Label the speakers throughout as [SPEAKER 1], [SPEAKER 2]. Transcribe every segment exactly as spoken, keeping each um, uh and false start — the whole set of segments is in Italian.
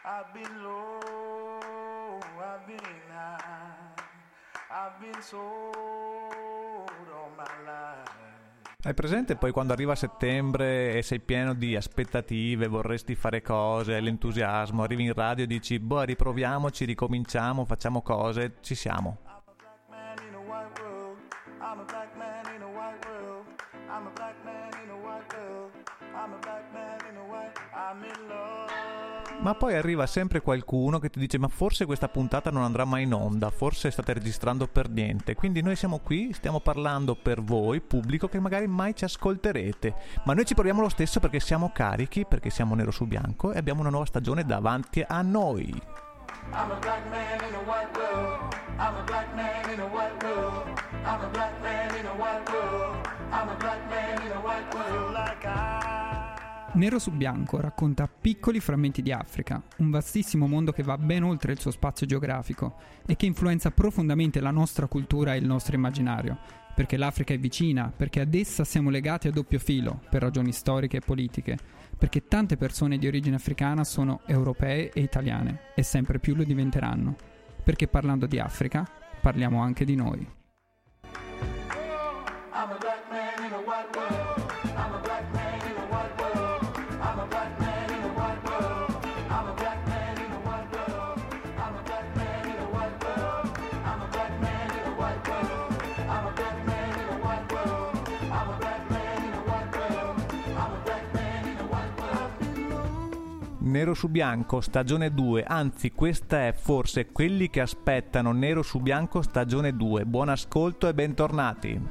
[SPEAKER 1] I've been low, I've been high, I've been sold all my life.
[SPEAKER 2] Hai presente poi quando arriva settembre e sei pieno di aspettative, vorresti fare cose, l'entusiasmo, arrivi in radio e dici boh, riproviamoci, ricominciamo, facciamo cose, ci siamo.
[SPEAKER 1] I'm a black man in a white world. I'm a black man in a white world. I'm a black man in a white. I'm in love.
[SPEAKER 2] Ma poi arriva sempre qualcuno che ti dice ma forse questa puntata non andrà mai in onda, forse state registrando per niente, quindi noi siamo qui, stiamo parlando per voi, pubblico che magari mai ci ascolterete, ma noi ci proviamo lo stesso perché siamo carichi, perché siamo nero su bianco e abbiamo una nuova stagione davanti a noi.
[SPEAKER 1] I'm a black man in a white world. I'm a black man in a white world. I'm a black man in a white world. I'm a black man in a white world like I.
[SPEAKER 3] Nero su bianco racconta piccoli frammenti di Africa, un vastissimo mondo che va ben oltre il suo spazio geografico e che influenza profondamente la nostra cultura e il nostro immaginario, perché l'Africa è vicina, perché ad essa siamo legati a doppio filo, per ragioni storiche e politiche, perché tante persone di origine africana sono europee e italiane e sempre più lo diventeranno, perché parlando di Africa parliamo anche di noi.
[SPEAKER 1] I'm a black man in a white world. I'm a black man in a white world. I'm a black man in a white world. I'm a black man in a white world. I'm a black man in a white world. I'm a black man in a white world. I'm a black man in a white world. I'm a black man in a white world. I'm a black man in a white world.
[SPEAKER 2] Nero su bianco stagione due, anzi questa è forse quelli che aspettano Nero su bianco stagione due. Buon ascolto e bentornati.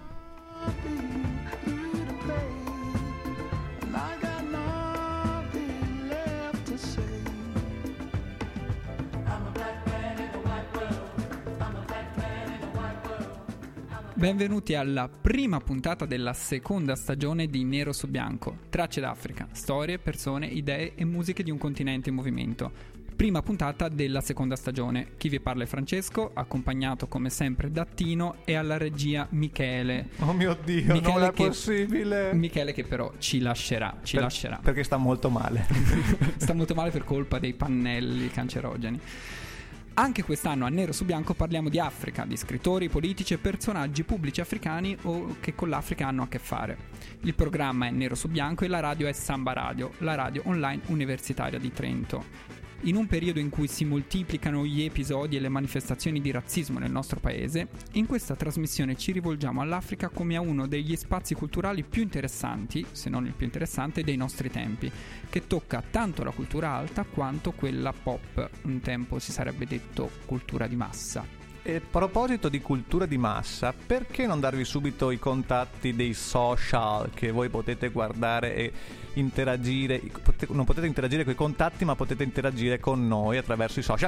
[SPEAKER 3] Benvenuti alla prima puntata della seconda stagione di Nero su bianco, Tracce d'Africa, storie, persone, idee e musiche di un continente in movimento. Prima puntata della seconda stagione. Chi vi parla è Francesco, accompagnato come sempre da Tino e alla regia Michele.
[SPEAKER 2] Oh mio Dio,
[SPEAKER 3] Michele
[SPEAKER 2] non è
[SPEAKER 3] che,
[SPEAKER 2] possibile.
[SPEAKER 3] Michele che però ci lascerà, ci
[SPEAKER 2] per,
[SPEAKER 3] lascerà.
[SPEAKER 2] Perché sta molto male.
[SPEAKER 3] Sta molto male per colpa dei pannelli cancerogeni. Anche quest'anno a Nero su bianco parliamo di Africa, di scrittori, politici e personaggi pubblici africani o che con l'Africa hanno a che fare. Il programma è Nero su bianco e la radio è Samba Radio, la radio online universitaria di Trento. In un periodo in cui si moltiplicano gli episodi e le manifestazioni di razzismo nel nostro paese, in questa trasmissione ci rivolgiamo all'Africa come a uno degli spazi culturali più interessanti, se non il più interessante, dei nostri tempi, che tocca tanto la cultura alta quanto quella pop, un tempo si sarebbe detto cultura di massa.
[SPEAKER 2] E a proposito di cultura di massa, perché non darvi subito i contatti dei social che voi potete guardare e interagire? Non potete interagire con i contatti, ma potete interagire con noi attraverso i social.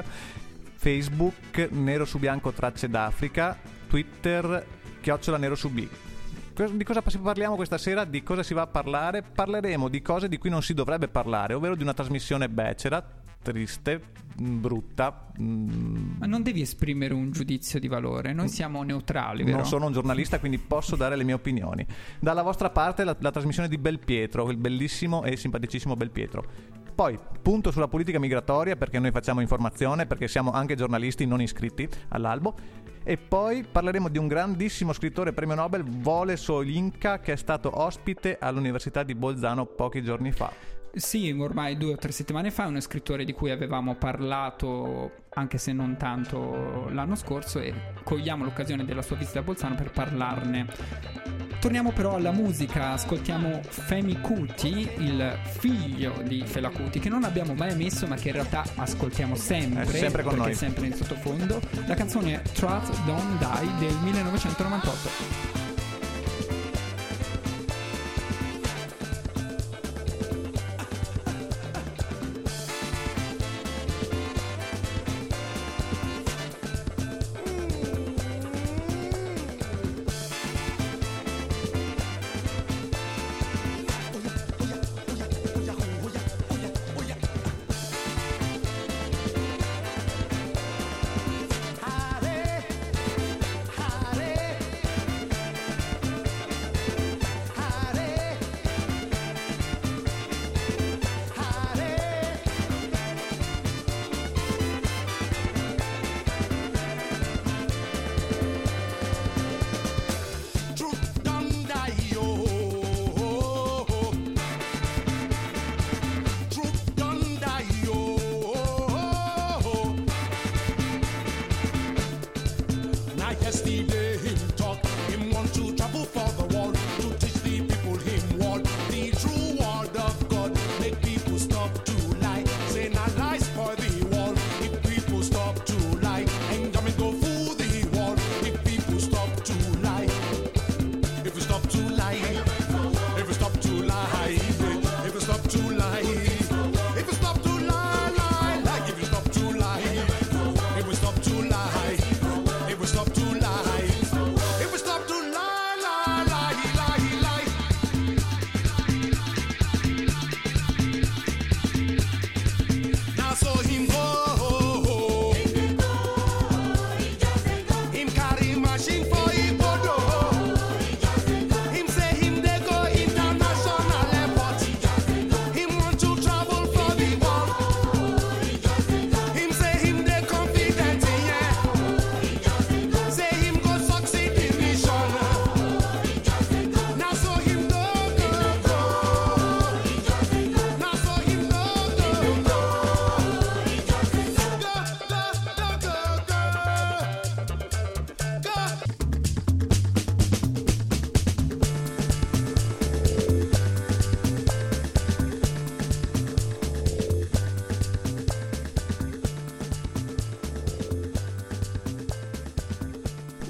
[SPEAKER 2] Facebook, Nero su bianco tracce d'Africa, Twitter, chiocciola Nero su B. Di cosa parliamo questa sera? Di cosa si va a parlare? Parleremo di cose di cui non si dovrebbe parlare, ovvero di una trasmissione becera, triste, brutta.
[SPEAKER 3] Ma non devi esprimere un giudizio di valore, noi siamo neutrali, vero?
[SPEAKER 2] Non sono un giornalista, quindi posso dare le mie opinioni. Dalla vostra parte la, la trasmissione di Belpietro, il bellissimo e simpaticissimo Belpietro. Poi punto sulla politica migratoria, perché noi facciamo informazione, perché siamo anche giornalisti non iscritti all'albo. E poi parleremo di un grandissimo scrittore premio Nobel, Wole Soyinka, che è stato ospite all'Università di Bolzano pochi giorni fa.
[SPEAKER 3] Sì, ormai due o tre settimane fa, è uno scrittore di cui avevamo parlato, anche se non tanto l'anno scorso, e cogliamo l'occasione della sua visita a Bolzano per parlarne. Torniamo però alla musica, ascoltiamo Femi Kuti, il figlio di Fela Kuti, che non abbiamo mai messo ma che in realtà ascoltiamo sempre,
[SPEAKER 2] è sempre con
[SPEAKER 3] perché
[SPEAKER 2] noi.
[SPEAKER 3] È sempre in sottofondo. La canzone è Truth Don't Die del millenovecentonovantotto.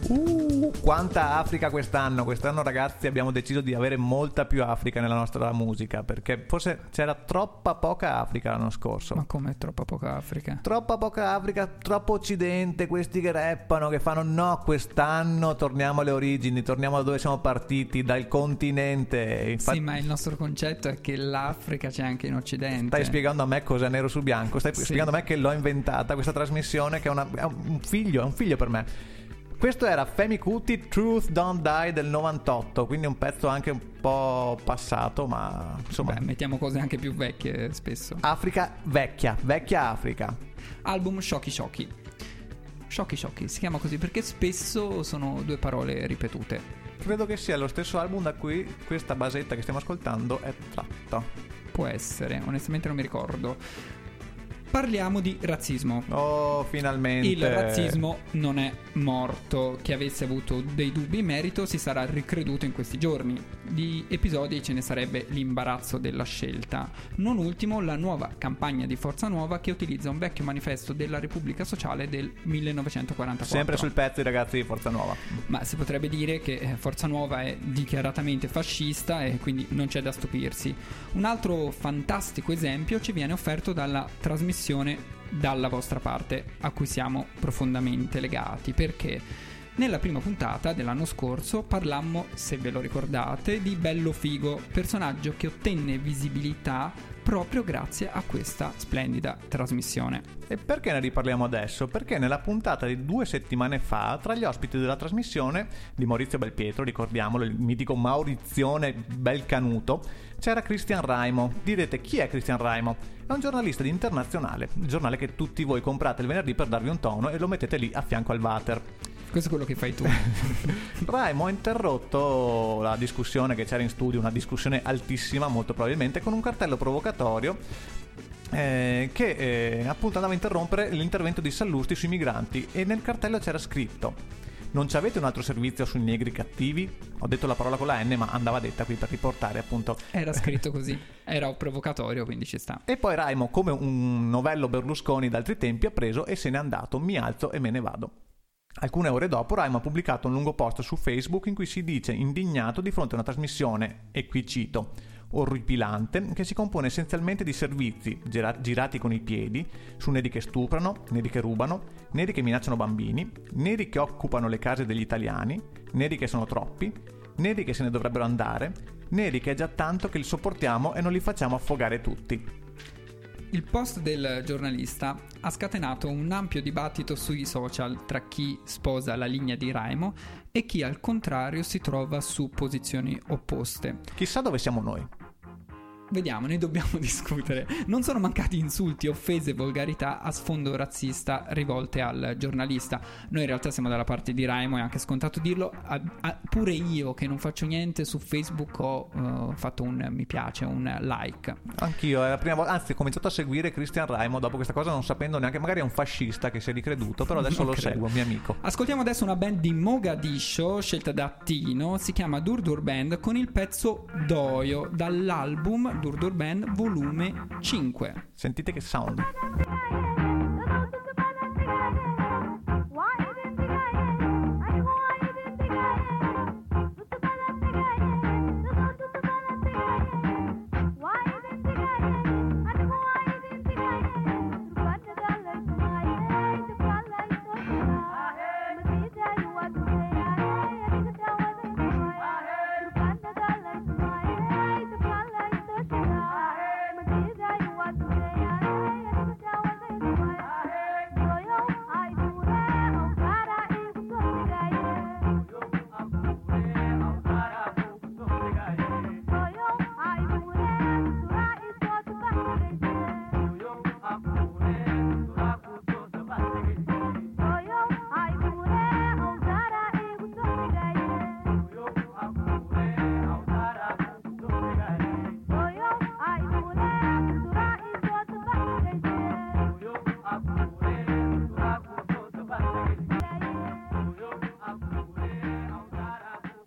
[SPEAKER 2] Uh, quanta Africa quest'anno. Quest'anno, ragazzi, abbiamo deciso di avere molta più Africa nella nostra musica, perché forse c'era troppa poca Africa l'anno scorso.
[SPEAKER 3] Ma come troppa poca Africa?
[SPEAKER 2] Troppa poca Africa, troppo occidente, questi che rappano, che fanno no, quest'anno torniamo alle origini, torniamo da dove siamo partiti, dal continente. Infatti,
[SPEAKER 3] sì, ma il nostro concetto è che l'Africa c'è anche in Occidente.
[SPEAKER 2] stai spiegando a me cos'è Nero su Bianco, stai
[SPEAKER 3] Sì.
[SPEAKER 2] spiegando a me che l'ho inventata questa trasmissione, che è, una, è un figlio, è un figlio per me. Questo era Femi Kuti, Truth Don't Die del novantotto, quindi un pezzo anche un po' passato, ma insomma...
[SPEAKER 3] Beh, mettiamo cose anche più vecchie spesso.
[SPEAKER 2] Africa vecchia, vecchia Africa.
[SPEAKER 3] Album Sciocchi Sciocchi. Sciocchi Sciocchi si chiama così perché spesso sono due parole ripetute.
[SPEAKER 2] Credo che sia lo stesso album da cui questa basetta che stiamo ascoltando è tratta.
[SPEAKER 3] Può essere, onestamente non mi ricordo. Parliamo di razzismo.
[SPEAKER 2] Oh, finalmente.
[SPEAKER 3] Il razzismo non è morto. Chi avesse avuto dei dubbi in merito si sarà ricreduto in questi giorni. Di episodi ce ne sarebbe l'imbarazzo della scelta. Non ultimo la nuova campagna di Forza Nuova che utilizza un vecchio manifesto della Repubblica Sociale del millenovecentoquarantaquattro.
[SPEAKER 2] Sempre sul pezzo i ragazzi di Forza Nuova.
[SPEAKER 3] Ma si potrebbe dire che eh, Forza Nuova è dichiaratamente fascista e quindi non c'è da stupirsi. Un altro fantastico esempio ci viene offerto dalla trasmissione Dalla vostra parte, a cui siamo profondamente legati, perché nella prima puntata dell'anno scorso parlammo, se ve lo ricordate, di Bello Figo, personaggio che ottenne visibilità proprio grazie a questa splendida trasmissione.
[SPEAKER 2] E perché ne riparliamo adesso? Perché nella puntata di due settimane fa, tra gli ospiti della trasmissione di Maurizio Belpietro, ricordiamolo, il mitico Maurizione Belcanuto, c'era Cristian Raimo. Direte, chi è Cristian Raimo? È un giornalista di Internazionale, il giornale che tutti voi comprate il venerdì per darvi un tono e lo mettete lì a fianco al water.
[SPEAKER 3] Questo è quello che fai tu.
[SPEAKER 2] Raimo ha interrotto la discussione che c'era in studio, una discussione altissima molto probabilmente, con un cartello provocatorio eh, che eh, appunto andava a interrompere l'intervento di Sallusti sui migranti, e nel cartello c'era scritto: non ci avete un altro servizio sui negri cattivi? Ho detto la parola con la N, ma andava detta qui per riportare appunto.
[SPEAKER 3] Era scritto così, era provocatorio, quindi ci sta.
[SPEAKER 2] E poi Raimo, come un novello Berlusconi d'altri tempi, ha preso e se n'è andato. Mi alzo e me ne vado. Alcune ore dopo Raimo ha pubblicato un lungo post su Facebook in cui si dice indignato di fronte a una trasmissione, e qui cito, orripilante, che si compone essenzialmente di servizi gira- girati con i piedi su neri che stuprano, neri che rubano, neri che minacciano bambini, neri che occupano le case degli italiani, neri che sono troppi, neri che se ne dovrebbero andare, neri che è già tanto che li sopportiamo e non li facciamo affogare tutti.
[SPEAKER 3] Il post del giornalista ha scatenato un ampio dibattito sui social tra chi sposa la linea di Raimo e chi al contrario si trova su posizioni opposte.
[SPEAKER 2] Chissà dove siamo noi.
[SPEAKER 3] Vediamo, ne dobbiamo discutere. Non sono mancati insulti, offese e volgarità a sfondo razzista rivolte al giornalista. Noi in realtà siamo dalla parte di Raimo, è anche scontato dirlo. A, a, pure io che non faccio niente su Facebook ho uh, fatto un mi piace, un like.
[SPEAKER 2] Anch'io, è la prima volta, anzi ho cominciato a seguire Cristian Raimo dopo questa cosa, non sapendo neanche, magari è un fascista che si è ricreduto, però adesso
[SPEAKER 3] Non
[SPEAKER 2] lo
[SPEAKER 3] credo.
[SPEAKER 2] seguo, mio amico.
[SPEAKER 3] Ascoltiamo adesso una band di Mogadiscio scelta da Tino, si chiama Durdur Band con il pezzo Doio dall'album Durdur Band volume cinque.
[SPEAKER 2] Sentite che sound.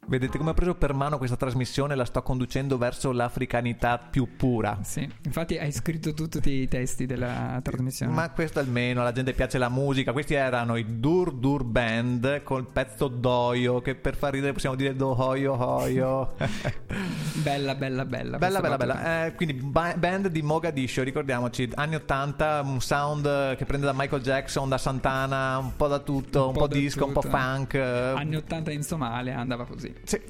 [SPEAKER 2] Vedete come ho preso per mano questa trasmissione, la sto conducendo verso l'africanità più pura.
[SPEAKER 3] Sì, infatti hai scritto tu tutti i testi della trasmissione.
[SPEAKER 2] Ma questo almeno, alla gente piace la musica. Questi erano i Dur Dur Band col pezzo Doio, che per far ridere possiamo dire Do Hoyo Hoyo.
[SPEAKER 3] Bella, bella, bella.
[SPEAKER 2] Bella, bella, bella. Eh, quindi ba- band di Mogadiscio, ricordiamoci, anni ottanta, un sound che prende da Michael Jackson, da Santana, un po' da tutto, un, un po', po' disco, tutto. Un po' funk.
[SPEAKER 3] Anni ottanta in Somalia andava così.
[SPEAKER 2] Sì.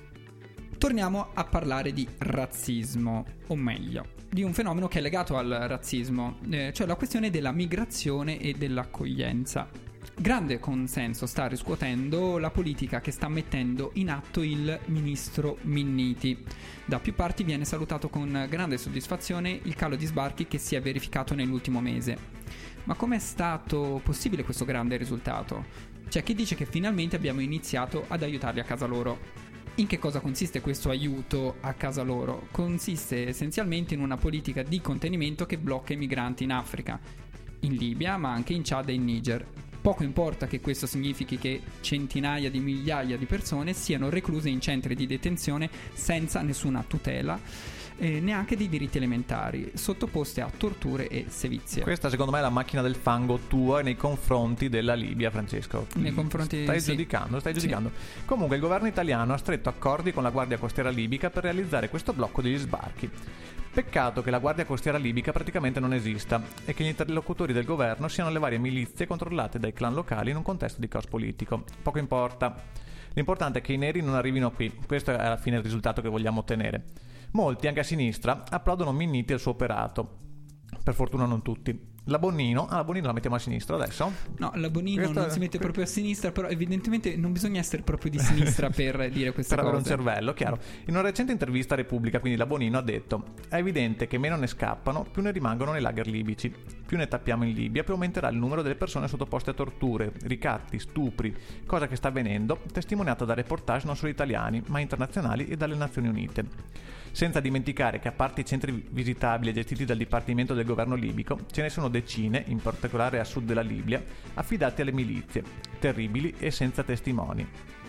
[SPEAKER 3] Torniamo a parlare di razzismo, o meglio, di un fenomeno che è legato al razzismo, eh, cioè la questione della migrazione e dell'accoglienza. Grande consenso sta riscuotendo la politica che sta mettendo in atto il ministro Minniti. Da più parti viene salutato con grande soddisfazione il calo di sbarchi che si è verificato nell'ultimo mese. Ma com'è stato possibile questo grande risultato? C'è chi dice che finalmente abbiamo iniziato ad aiutarli a casa loro. In che cosa consiste questo aiuto a casa loro? Consiste essenzialmente in una politica di contenimento che blocca i migranti in Africa, in Libia, ma anche in Chad e in Niger. Poco importa che questo significhi che centinaia di migliaia di persone siano recluse in centri di detenzione senza nessuna tutela, eh, neanche dei diritti elementari, sottoposte a torture e sevizie.
[SPEAKER 2] Questa secondo me è la macchina del fango tua nei confronti della Libia, Francesco.
[SPEAKER 3] Nei confronti
[SPEAKER 2] Stai
[SPEAKER 3] sì.
[SPEAKER 2] giudicando, stai giudicando.
[SPEAKER 3] Sì.
[SPEAKER 2] Comunque il governo italiano ha stretto accordi con la Guardia Costiera libica per realizzare questo blocco degli sbarchi. Peccato che la Guardia Costiera libica praticamente non esista e che gli interlocutori del governo siano le varie milizie controllate dai clan locali in un contesto di caos politico. Poco importa. L'importante è che i neri non arrivino qui. Questo è alla fine il risultato che vogliamo ottenere. Molti, anche a sinistra, applaudono Minniti e il suo operato. Per fortuna non tutti. La Bonino, ah la Bonino la mettiamo a sinistra adesso?
[SPEAKER 3] No, la Bonino
[SPEAKER 2] Questa...
[SPEAKER 3] non si mette proprio a sinistra, però evidentemente non bisogna essere proprio di sinistra per dire queste
[SPEAKER 2] per
[SPEAKER 3] cose.
[SPEAKER 2] Per avere un cervello, chiaro. In una recente intervista a Repubblica, quindi la Bonino ha detto: è evidente che meno ne scappano, più ne rimangono nei lager libici. Più ne tappiamo in Libia, più aumenterà il numero delle persone sottoposte a torture, ricatti, stupri, cosa che sta avvenendo, testimoniata da reportage non solo italiani, ma internazionali e dalle Nazioni Unite. Senza dimenticare che a parte i centri visitabili gestiti dal Dipartimento del governo libico, ce ne sono decine, in particolare a sud della Libia, affidati alle milizie, terribili e senza testimoni.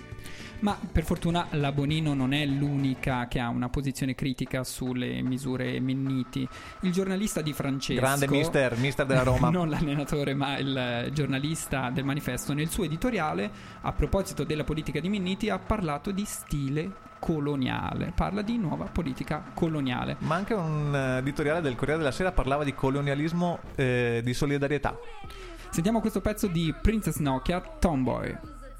[SPEAKER 3] Ma per fortuna la Bonino non è l'unica che ha una posizione critica sulle misure Minniti. Il giornalista di Francesco,
[SPEAKER 2] grande mister, mister della Roma,
[SPEAKER 3] non l'allenatore ma il giornalista del Manifesto, nel suo editoriale a proposito della politica di Minniti ha parlato di stile coloniale, parla di nuova politica coloniale.
[SPEAKER 2] Ma anche un editoriale del Corriere della Sera parlava di colonialismo eh, di solidarietà.
[SPEAKER 3] Sentiamo questo pezzo di Princess Nokia, Tomboy.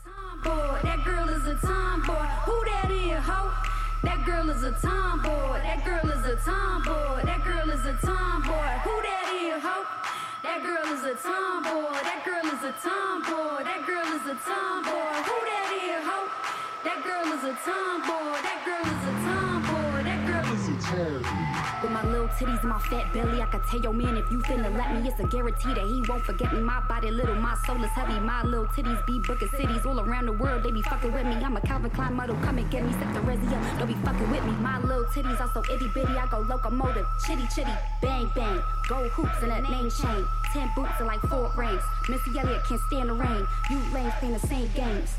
[SPEAKER 4] That girl is a tomboy. Who that is, ho? That girl is a tomboy. That girl is a tomboy. That girl is a tomboy. Who that is, ho? That girl is a tomboy. That girl is a tomboy. That girl is a tomboy. Who that is, ho? That girl is a tomboy. That girl is a tomboy. That girl is a tomboy. With my little titties and my fat belly, I could tell your man if you finna let me, it's a guarantee that he won't forget me. My body little, my soul is heavy. My little titties be booking cities all around the world. They be fucking with me. I'm a Calvin Klein model, come and get me. Set the resi up, don't be fucking with me. My little titties are so itty bitty, I go locomotive, chitty chitty, bang bang. Gold hoops in that name chain, ten boots and like four rings. Missy Elliott can't stand the rain. You lanes playing the same games.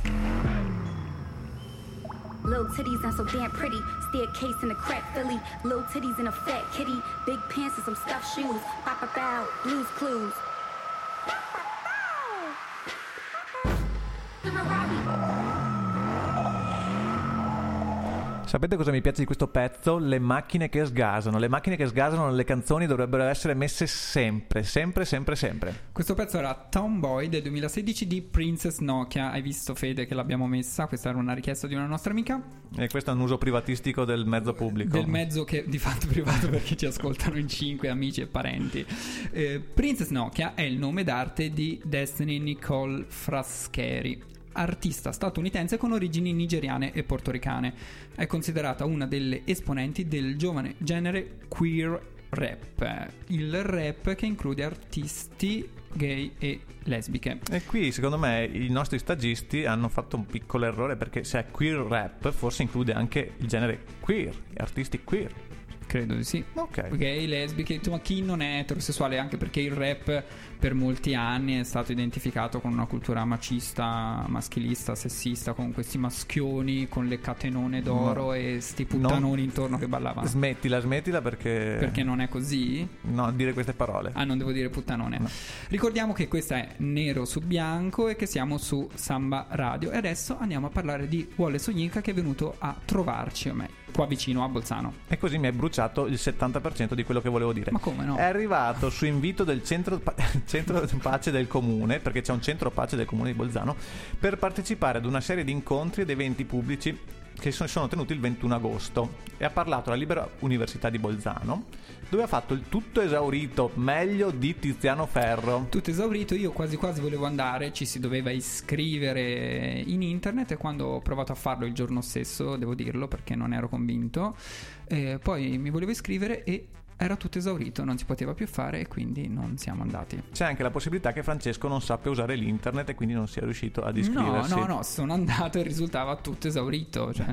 [SPEAKER 4] Little titties and so damn pretty. Staircase in a crack Philly. Little titties and a fat kitty. Big pants and some stuffed shoes. Bow bow bow. Blues Clues.
[SPEAKER 2] Sapete cosa mi piace di questo pezzo? Le macchine che sgasano. Le macchine che sgasano nelle canzoni dovrebbero essere messe sempre, sempre, sempre, sempre.
[SPEAKER 3] Questo pezzo era Tomboy del duemilasedici di Princess Nokia. Hai visto, Fede, che l'abbiamo messa? Questa era una richiesta di una nostra amica.
[SPEAKER 2] E questo è un uso privatistico del mezzo pubblico.
[SPEAKER 3] Del mezzo che di fatto è privato perché ci ascoltano in cinque, amici e parenti. Eh, Princess Nokia è il nome d'arte di Destiny Nicole Frascheri, artista statunitense con origini nigeriane e portoricane. È considerata una delle esponenti del giovane genere queer rap, il rap che include artisti gay e lesbiche.
[SPEAKER 2] E qui secondo me i nostri stagisti hanno fatto un piccolo errore, perché se è queer rap forse include anche il genere queer, artisti queer.
[SPEAKER 3] Credo di sì.
[SPEAKER 2] Ok.
[SPEAKER 3] Gay, lesbiche, insomma chi non è eterosessuale, anche perché il rap per molti anni è stato identificato con una cultura macista, maschilista, sessista, con questi maschioni con le catenone d'oro
[SPEAKER 2] No.
[SPEAKER 3] e sti puttanoni intorno che ballavano.
[SPEAKER 2] Smettila, smettila perché...
[SPEAKER 3] Perché non è così?
[SPEAKER 2] No, dire queste parole.
[SPEAKER 3] Ah, non devo dire puttanone.
[SPEAKER 2] No.
[SPEAKER 3] Ricordiamo che questa è Nero su Bianco e che siamo su Samba Radio. E adesso andiamo a parlare di Wole Soyinka, che è venuto a trovarci, o meglio, qua vicino a Bolzano.
[SPEAKER 2] E così mi hai bruciato il settanta per cento di quello che volevo dire.
[SPEAKER 3] Ma come no?
[SPEAKER 2] È arrivato su invito del centro, pa- centro pace del comune, perché c'è un centro pace del comune di Bolzano, per partecipare ad una serie di incontri ed eventi pubblici che sono sono tenuti il ventuno agosto, e ha parlato alla Libera Università di Bolzano, dove ha fatto il tutto esaurito, meglio di Tiziano Ferro.
[SPEAKER 3] Tutto esaurito, io quasi quasi volevo andare, ci si doveva iscrivere in internet, e quando ho provato a farlo il giorno stesso, devo dirlo perché non ero convinto, eh, poi mi volevo iscrivere e era tutto esaurito, non si poteva più fare, e quindi non siamo andati.
[SPEAKER 2] C'è anche la possibilità che Francesco non sappia usare l'internet e quindi non sia riuscito ad
[SPEAKER 3] No,
[SPEAKER 2] iscriversi.
[SPEAKER 3] no, no, sono andato e risultava tutto esaurito, cioè.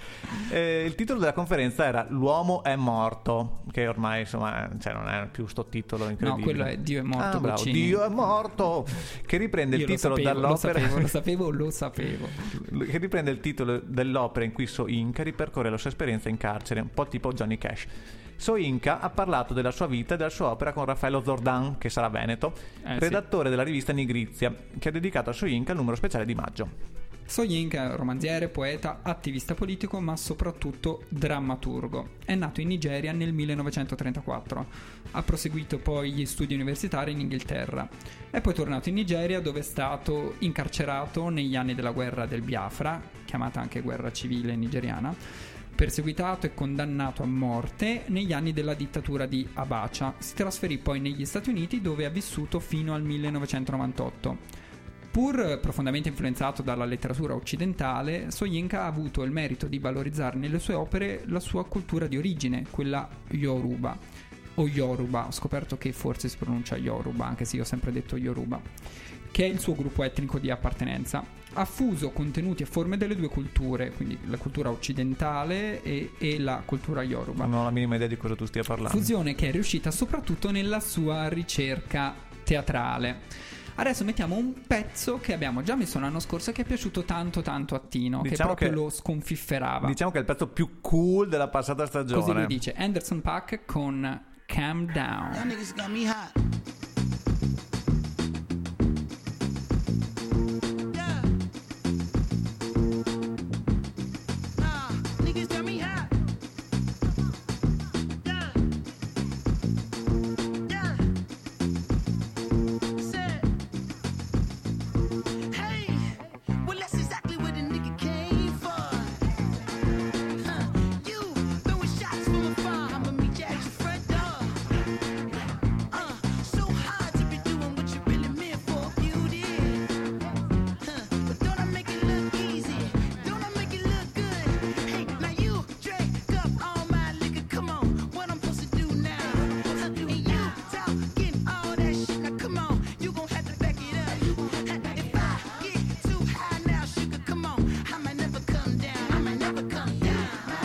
[SPEAKER 2] Eh, il titolo della conferenza era L'uomo è morto, che ormai insomma, cioè, non è più sto titolo incredibile.
[SPEAKER 3] No, quello è Dio è morto,
[SPEAKER 2] Ah, bravo,
[SPEAKER 3] Boccini.
[SPEAKER 2] Dio è morto, che riprende il
[SPEAKER 3] Io lo
[SPEAKER 2] titolo
[SPEAKER 3] sapevo,
[SPEAKER 2] dall'opera
[SPEAKER 3] Lo sapevo, lo sapevo, lo sapevo.
[SPEAKER 2] che riprende il titolo dell'opera in cui Soyinka ripercorre la sua esperienza in carcere, un po' tipo Johnny Cash. Soyinka ha parlato della sua vita e della sua opera con Raffaello Zordan, che sarà veneto,
[SPEAKER 3] Eh,
[SPEAKER 2] redattore della rivista Nigrizia, che ha dedicato a Soyinka il numero speciale di maggio.
[SPEAKER 3] Soyinka è romanziere, poeta, attivista politico, ma soprattutto drammaturgo. È nato in Nigeria nel millenovecentotrentaquattro. Ha proseguito poi gli studi universitari in Inghilterra. È poi tornato in Nigeria, dove è stato incarcerato negli anni della guerra del Biafra, chiamata anche guerra civile nigeriana, perseguitato e condannato a morte negli anni della dittatura di Abacha. Si trasferì poi negli Stati Uniti, dove ha vissuto fino al millenovecentonovantotto. Pur profondamente influenzato dalla letteratura occidentale, Soyinka ha avuto il merito di valorizzare nelle sue opere la sua cultura di origine, quella Yoruba o Yoruba. Ho scoperto che forse si pronuncia Yoruba, anche se io ho sempre detto Yoruba, che è il suo gruppo etnico di appartenenza. Ha fuso contenuti e forme delle due culture, quindi la cultura occidentale e, e la cultura Yoruba.
[SPEAKER 2] Non ho la minima idea di cosa tu stia parlando.
[SPEAKER 3] Fusione che è riuscita soprattutto nella sua ricerca teatrale. Adesso mettiamo un pezzo che abbiamo già messo l'anno scorso e che è piaciuto tanto tanto a Tino,
[SPEAKER 2] Diciamo
[SPEAKER 3] che proprio
[SPEAKER 2] che-
[SPEAKER 3] lo sconfifferava.
[SPEAKER 2] Diciamo che è il pezzo più cool della passata stagione.
[SPEAKER 3] Così lui dice. Anderson .Paak con Calm Down.
[SPEAKER 5] Y'all niggas got me hot. Yeah. Nah, niggas got me hot. Yeah. Yeah. Said, hey, well that's exactly what the nigga came for. Huh. You throwing shots from afar, I'ma meet you at your front door. Uh, so hard to be doing what you really meant for, beauty. Huh, but don't I make it look easy? Don't I make it look good? Hey, now you drink up all my liquor, come on, what I'm supposed to do now? Huh, and you talking all that shit, now come on, you gon' have to back it up. Huh, if I get too high now, sugar, come on, I might never come down, I might never come down.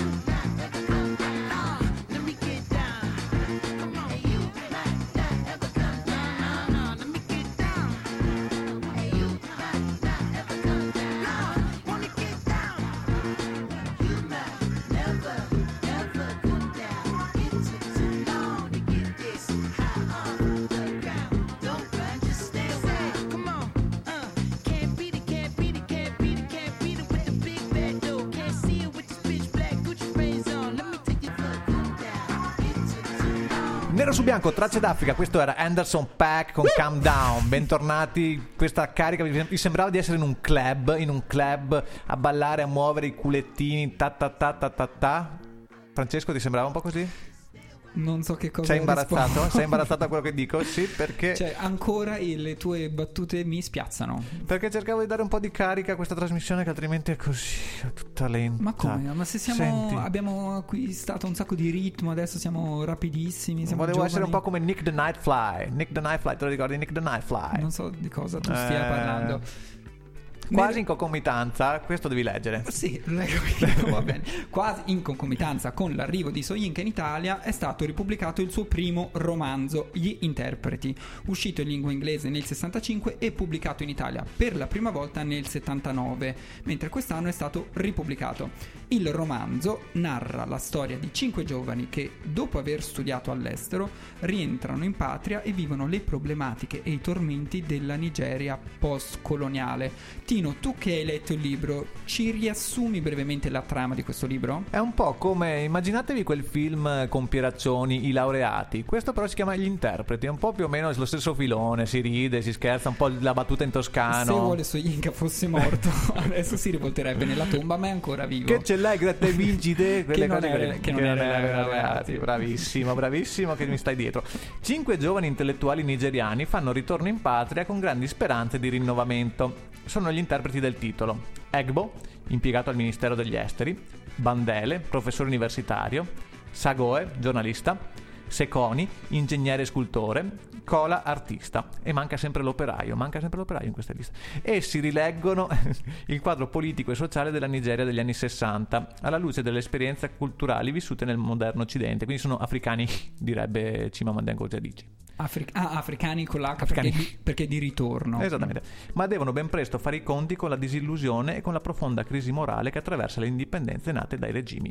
[SPEAKER 5] Nah, let me get down. Come on, you might not ever come down. No, no, let me get down. Hey, you might not ever come down. No, wanna get down. You might never, ever come down. It took too long to get this high off the ground. Don't run, just stay away. Come on, uh, can't beat it, can't beat it, can't beat it, can't beat it with the big bad dough. Can't see it with this bitch black Gucci frames on. Let me take you for a come down. It took too long.
[SPEAKER 2] Nero su bianco, tracce d'Africa. Questo era Anderson .Paak con Calm Down. Bentornati. Questa carica vi vi sembrava di essere in un club, in un club a ballare, a muovere i culettini, ta ta ta ta ta ta. Francesco, ti sembrava un po' così?
[SPEAKER 3] Non so che cosa
[SPEAKER 2] Sei imbarazzato?
[SPEAKER 3] rispondo.
[SPEAKER 2] Sei imbarazzato a quello che dico? Sì, perché
[SPEAKER 3] Cioè, ancora i- le tue battute mi spiazzano.
[SPEAKER 2] perché cercavo di dare un po' di carica a questa trasmissione che altrimenti è così, è tutta lenta.
[SPEAKER 3] Ma come? Ma se siamo
[SPEAKER 2] Senti,
[SPEAKER 3] abbiamo acquistato un sacco di ritmo, adesso siamo rapidissimi, siamo
[SPEAKER 2] volevo essere un po'
[SPEAKER 3] giovani.
[SPEAKER 2] come Nick the Nightfly. Nick the Nightfly, te lo ricordi Nick the Nightfly?
[SPEAKER 3] Non so di cosa tu
[SPEAKER 2] Eh,
[SPEAKER 3] stia parlando.
[SPEAKER 2] Quasi in concomitanza, questo devi leggere.
[SPEAKER 3] Sì, lo leggo perché va bene. Quasi in concomitanza con l'arrivo di Soyinka in Italia è stato ripubblicato il suo primo romanzo, Gli interpreti, uscito in lingua inglese nel sessantacinque e pubblicato in Italia per la prima volta nel settantanove, mentre quest'anno è stato ripubblicato. Il romanzo narra la storia di cinque giovani che, dopo aver studiato all'estero, rientrano in patria e vivono le problematiche e i tormenti della Nigeria post-coloniale. Tino, tu che hai letto il libro, ci riassumi brevemente la trama di questo libro?
[SPEAKER 2] È un po' come, immaginatevi quel film con Pieraccioni, I laureati. Questo però si chiama Gli interpreti, è un po' più o meno lo stesso filone, si ride, si scherza, un po' la battuta in toscano.
[SPEAKER 3] Se vuole Soyinka fosse morto, adesso si rivolterebbe nella tomba, ma è ancora vivo.
[SPEAKER 2] Che ce l'hai, grazie vincite, quelle
[SPEAKER 3] Che non
[SPEAKER 2] cose
[SPEAKER 3] era-
[SPEAKER 2] quelle-
[SPEAKER 3] che non era
[SPEAKER 2] era
[SPEAKER 3] laureati.
[SPEAKER 2] laureati. Bravissimo, bravissimo che mi stai dietro. Cinque giovani intellettuali nigeriani fanno ritorno in patria con grandi speranze di rinnovamento. Sono gli interpreti del titolo: Egbo, impiegato al Ministero degli Esteri; Bandele, professore universitario; Sagoe, giornalista; Seconi, ingegnere e scultore; Kola, artista. E manca sempre l'operaio, manca sempre l'operaio in questa lista. Essi rileggono il quadro politico e sociale della Nigeria degli anni sessanta alla luce delle esperienze culturali vissute nel moderno occidente. Quindi sono africani, direbbe Chimamanda Ngozi Adichie.
[SPEAKER 3] Afri- ah, africani con l'H
[SPEAKER 2] Africani.
[SPEAKER 3] Perché, di, perché di ritorno.
[SPEAKER 2] Esattamente. Ma devono ben presto fare i conti con la disillusione e con la profonda crisi morale che attraversa le indipendenze nate dai regimi.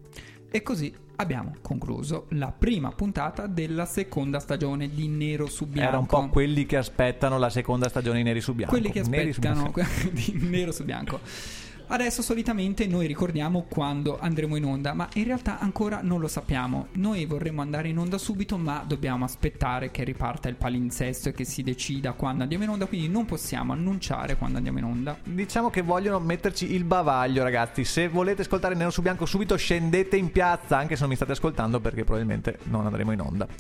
[SPEAKER 3] E così abbiamo concluso la prima puntata della seconda stagione di Nero su Bianco.
[SPEAKER 2] Era un po' quelli che aspettano la seconda stagione di Neri su Bianco.
[SPEAKER 3] quelli che
[SPEAKER 2] Neri su
[SPEAKER 3] aspettano
[SPEAKER 2] Bianco.
[SPEAKER 3] di Nero su Bianco. Adesso solitamente noi ricordiamo quando andremo in onda, ma in realtà ancora non lo sappiamo. Noi vorremmo andare in onda subito, ma dobbiamo aspettare che riparta il palinsesto e che si decida quando andiamo in onda, quindi non possiamo annunciare quando andiamo in onda.
[SPEAKER 2] Diciamo che vogliono metterci il bavaglio, ragazzi. Se volete ascoltare Nero su Bianco subito, scendete in piazza, anche se non mi state ascoltando, perché probabilmente non andremo in onda.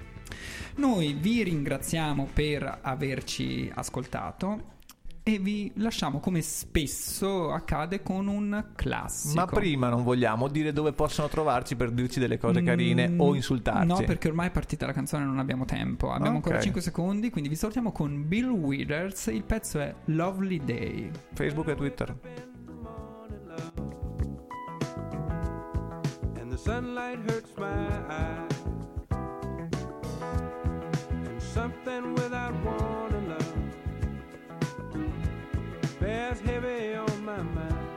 [SPEAKER 3] Noi vi ringraziamo per averci ascoltato e vi lasciamo, come spesso accade, con un classico.
[SPEAKER 2] Ma prima non vogliamo dire dove possono trovarci per dirci delle cose carine
[SPEAKER 3] Mm,
[SPEAKER 2] o insultarci.
[SPEAKER 3] No, perché ormai è partita la canzone e non abbiamo tempo. Abbiamo ancora
[SPEAKER 2] Ok.
[SPEAKER 3] cinque secondi, quindi vi salutiamo con Bill Withers. Il pezzo è Lovely Day.
[SPEAKER 2] Facebook e Twitter.
[SPEAKER 6] And the sunlight hurts my eyes, and something without wanting love bears heavy on my mind.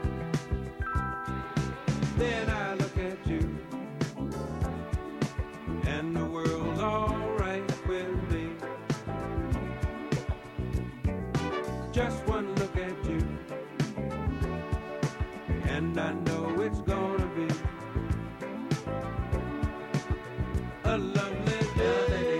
[SPEAKER 6] Then I look at you, and the world's alright with me. Just one look at you, and I know it's gonna be a lovely day.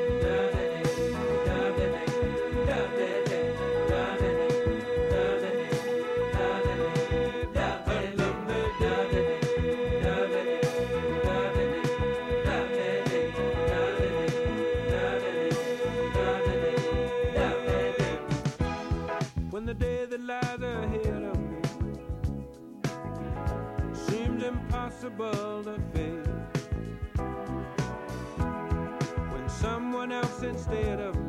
[SPEAKER 6] When the day that lies ahead of me seems impossible to face, when someone else instead of